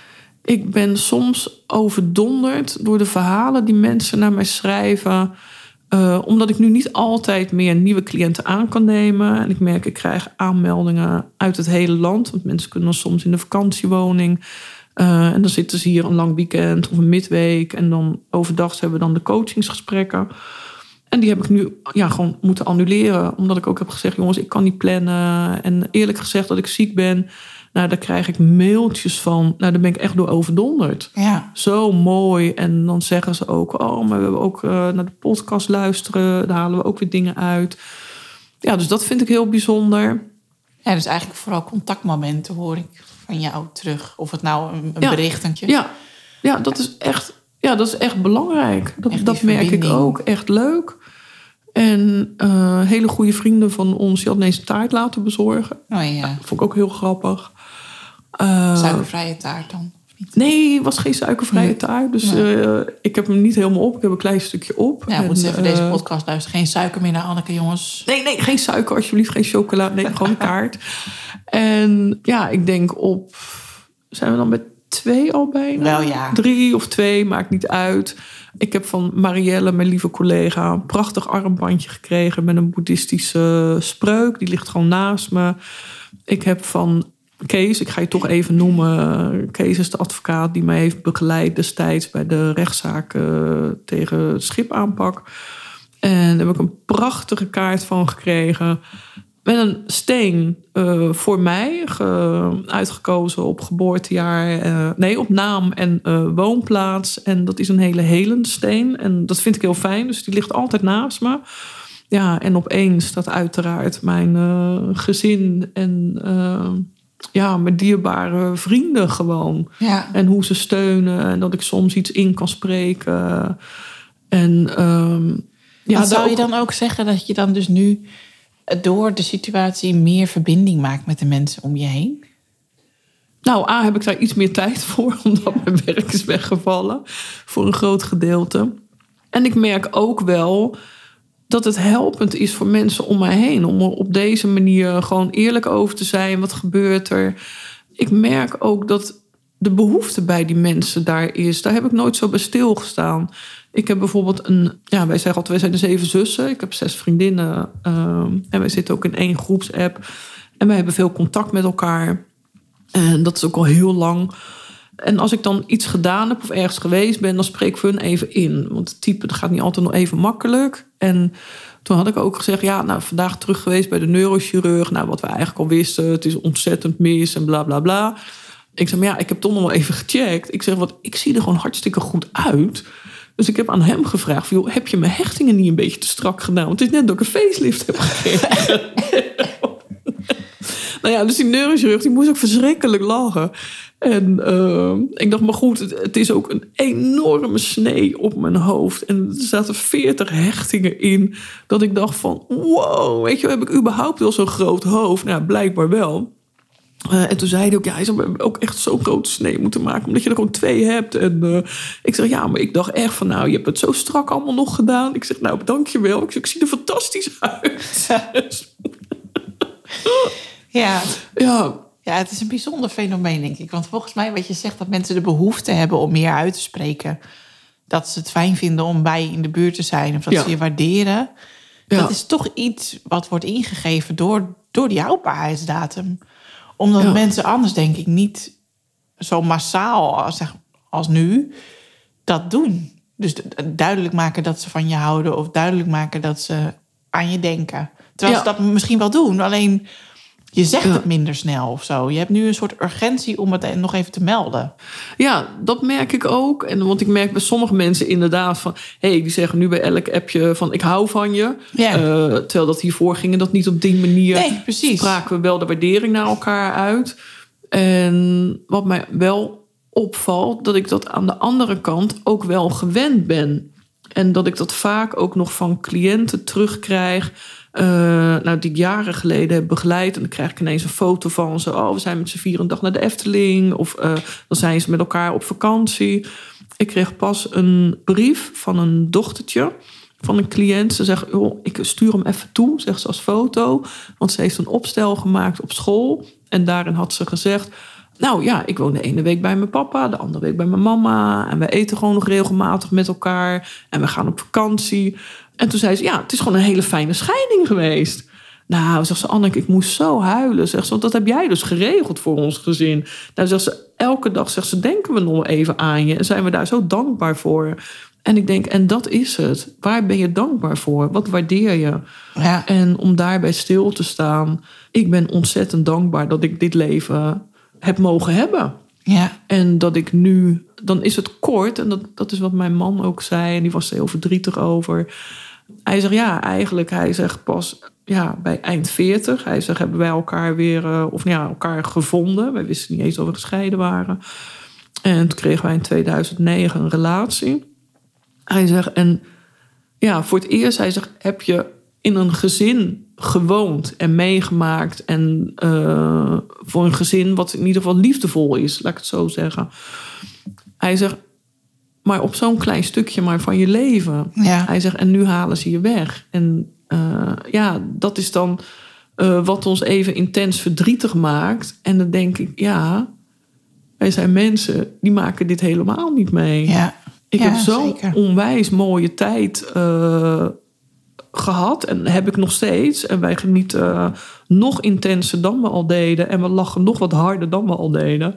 Ik ben soms overdonderd door de verhalen die mensen naar mij schrijven. Uh, omdat ik nu niet altijd meer nieuwe cliënten aan kan nemen. En ik merk, ik krijg aanmeldingen uit het hele land. Want mensen kunnen dan soms in de vakantiewoning. Uh, en dan zitten ze hier een lang weekend of een midweek. En dan overdag hebben we dan de coachingsgesprekken. En die heb ik nu ja, gewoon moeten annuleren. Omdat ik ook heb gezegd, jongens, ik kan niet plannen. En eerlijk gezegd dat ik ziek ben. Nou, daar krijg ik mailtjes van. Nou, daar ben ik echt door overdonderd. Ja. Zo mooi. En dan zeggen ze ook, oh, maar we hebben ook uh, naar de podcast luisteren. Daar halen we ook weer dingen uit. Ja, dus dat vind ik heel bijzonder. Ja, dus eigenlijk vooral contactmomenten hoor ik van jou terug. Of het nou een, een ja. berichtje. Ja. ja, dat is echt, ja, dat is echt belangrijk. Dat, echt dat merk ik ook. Echt leuk. En uh, hele goede vrienden van ons, die hadden ineens een taart laten bezorgen. Oh ja. Ja, dat vond ik ook heel grappig. Uh, Suikervrije taart dan? Of niet? Nee, het was geen suikervrije Nee. taart. Dus Nee. uh, ik heb hem niet helemaal op. Ik heb een klein stukje op. Ja, moet en, even uh, deze podcast luisteren. Geen suiker meer naar Anneke, jongens. Nee, nee, geen suiker alsjeblieft. Geen chocola. Nee, gewoon een taart. En ja, ik denk op... Zijn we dan met twee al bijna? Wel ja. Drie of twee, maakt niet uit. Ik heb van Marielle, mijn lieve collega, een prachtig armbandje gekregen met een boeddhistische spreuk. Die ligt gewoon naast me. Ik heb van Kees, ik ga je toch even noemen. Kees is de advocaat die mij heeft begeleid destijds bij de rechtszaak uh, tegen schipaanpak. En daar heb ik een prachtige kaart van gekregen. Met een steen uh, voor mij, ge, uitgekozen op geboortejaar, uh, nee, op naam en uh, woonplaats. En dat is een hele helende steen. En dat vind ik heel fijn, dus die ligt altijd naast me. Ja, en op één staat uiteraard mijn uh, gezin en uh, ja, mijn dierbare vrienden gewoon. Ja. En hoe ze steunen en dat ik soms iets in kan spreken. En um, ja, zou je ook... dan ook zeggen dat je dan dus nu door de situatie meer verbinding maakt met de mensen om je heen? Nou, A, heb ik daar iets meer tijd voor, omdat ja. mijn werk is weggevallen. Voor een groot gedeelte. En ik merk ook wel dat het helpend is voor mensen om mij heen. Om er op deze manier gewoon eerlijk over te zijn. Wat gebeurt er? Ik merk ook dat de behoefte bij die mensen daar is. Daar heb ik nooit zo bij stilgestaan. Ik heb bijvoorbeeld een... Ja, wij zeggen altijd, wij zijn de zeven zussen. Ik heb zes vriendinnen. Um, en wij zitten ook in één groepsapp. En wij hebben veel contact met elkaar. En dat is ook al heel lang. En als ik dan iets gedaan heb of ergens geweest ben, dan spreek ik hun even in. Want het type dat gaat niet altijd nog even makkelijk. En toen had ik ook gezegd, ja, nou, vandaag terug geweest bij de neurochirurg. Nou, wat we eigenlijk al wisten, het is ontzettend mis en bla bla bla. Ik zeg, maar ja, ik heb toch nog wel even gecheckt. Ik zeg, wat, ik zie er gewoon hartstikke goed uit. Dus ik heb aan hem gevraagd, joh, heb je mijn hechtingen niet een beetje te strak gedaan? Want het is net dat ik een facelift heb gekregen. Nou ja, dus die neurochirurg, die moest ook verschrikkelijk lachen. En uh, ik dacht, maar goed, het, het is ook een enorme snee op mijn hoofd. En er zaten veertig hechtingen in. Dat ik dacht van, wow, weet je, heb ik überhaupt wel zo'n groot hoofd? Nou, blijkbaar wel. Uh, en toen zei hij ook, ja, hij zou ook echt zo'n grote snee moeten maken. Omdat je er gewoon twee hebt. En uh, ik zeg, ja, maar ik dacht echt van, nou, je hebt het zo strak allemaal nog gedaan. Ik zeg, nou, dankjewel. Ik zeg, ik zie er fantastisch uit. Ja. Ja. Ja, het is een bijzonder fenomeen, denk ik. Want volgens mij, wat je zegt, dat mensen de behoefte hebben om meer uit te spreken. Dat ze het fijn vinden om bij je in de buurt te zijn. Of dat ja. ze je waarderen. Ja. Dat is toch iets wat wordt ingegeven door, door die houdbaarheidsdatum. Omdat ja. mensen anders, denk ik, niet zo massaal als, als nu dat doen. Dus duidelijk maken dat ze van je houden. Of duidelijk maken dat ze aan je denken. Terwijl ja. ze dat misschien wel doen, alleen je zegt ja. het minder snel of zo. Je hebt nu een soort urgentie om het nog even te melden. Ja, dat merk ik ook. En want ik merk bij sommige mensen inderdaad van, hé, hey, die zeggen nu bij elk appje van ik hou van je. Ja. Uh, terwijl dat hiervoor ging dat niet op die manier. Nee, precies. Spraken we wel de waardering naar elkaar uit. En wat mij wel opvalt, dat ik dat aan de andere kant ook wel gewend ben. En dat ik dat vaak ook nog van cliënten terugkrijg. Uh, nou, die ik jaren geleden heb begeleid. En dan krijg ik ineens een foto van ze. Oh, we zijn met z'n vier een dag naar de Efteling. Of uh, dan zijn ze met elkaar op vakantie. Ik kreeg pas een brief van een dochtertje van een cliënt. Ze zegt, oh, ik stuur hem even toe, zegt ze als foto. Want ze heeft een opstel gemaakt op school. En daarin had ze gezegd, nou ja, ik woon de ene week bij mijn papa, de andere week bij mijn mama. En we eten gewoon nog regelmatig met elkaar. En we gaan op vakantie. En toen zei ze, ja, het is gewoon een hele fijne scheiding geweest. Nou, zegt ze, Anneke, ik moest zo huilen. Zegt ze, want dat heb jij dus geregeld voor ons gezin. Nou, zegt ze, elke dag zegt ze, denken we nog even aan je. En zijn we daar zo dankbaar voor. En ik denk, en dat is het. Waar ben je dankbaar voor? Wat waardeer je? Ja. En om daarbij stil te staan. Ik ben ontzettend dankbaar dat ik dit leven heb mogen hebben. Ja. En dat ik nu, dan is het kort. En dat, dat is wat mijn man ook zei. En die was er heel verdrietig over. Hij zegt, ja, eigenlijk, hij zegt pas ja, bij eind veertig. Hij zegt, hebben wij elkaar weer, uh, of ja, elkaar gevonden. Wij wisten niet eens dat we gescheiden waren. En toen kregen wij in tweeduizend negen een relatie. Hij zegt, en ja, voor het eerst, hij zegt, heb je in een gezin gewoond en meegemaakt. En uh, voor een gezin wat in ieder geval liefdevol is, laat ik het zo zeggen. Hij zegt, maar op zo'n klein stukje maar van je leven. Ja. Hij zegt, en nu halen ze je weg. En uh, ja, dat is dan uh, wat ons even intens verdrietig maakt. En dan denk ik, ja, wij zijn mensen die maken dit helemaal niet mee. Ja. Ik ja, heb zo'n zeker. onwijs mooie tijd uh, gehad. En heb ik nog steeds. En wij genieten uh, nog intenser dan we al deden. En we lachen nog wat harder dan we al deden.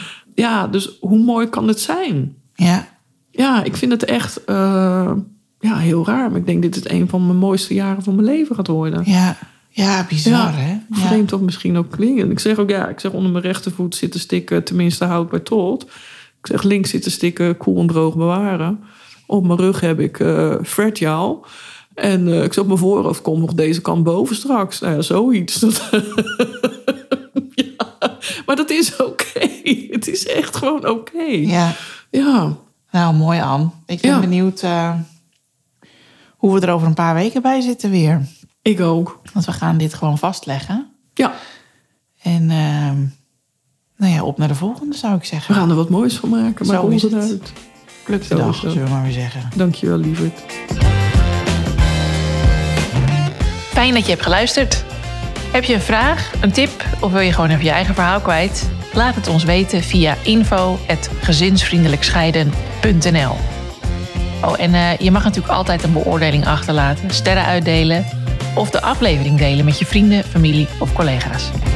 Ja, dus hoe mooi kan het zijn? Ja. Ja, ik vind het echt uh, ja, heel raar. Maar ik denk dat dit een van mijn mooiste jaren van mijn leven gaat worden. Ja, ja bizar Ja, hè? Ja. vreemd toch misschien ook klinken. Ik zeg ook, ja, ik zeg onder mijn rechtervoet zitten stikken, tenminste houdbaar tot. Ik zeg links zitten stikken, koel en droog bewaren. Op mijn rug heb ik uh, fragile. En uh, ik zeg op mijn voorhoofd komt nog deze kant boven straks. Nou ja, zoiets. Dat ja, maar dat is oké. Okay. Het is echt gewoon oké. Okay. Ja. Ja. Nou, mooi Ann. Ik ben Ja. benieuwd uh, hoe we er over een paar weken bij zitten weer. Ik ook. Want we gaan dit gewoon vastleggen. Ja. En uh, nou ja, op naar de volgende zou ik We zeggen. gaan er wat moois van maken. Maar Zo is het het. uit. Pluk de Zo dag, is het. zullen we maar weer zeggen. Dankjewel, lieverd. Fijn dat je hebt geluisterd. Heb je een vraag, een tip of wil je gewoon even je eigen verhaal kwijt? Laat het ons weten via info at gezinsvriendelijkscheiden punt n l. Oh, en uh, je mag natuurlijk altijd een beoordeling achterlaten, sterren uitdelen of de aflevering delen met je vrienden, familie of collega's.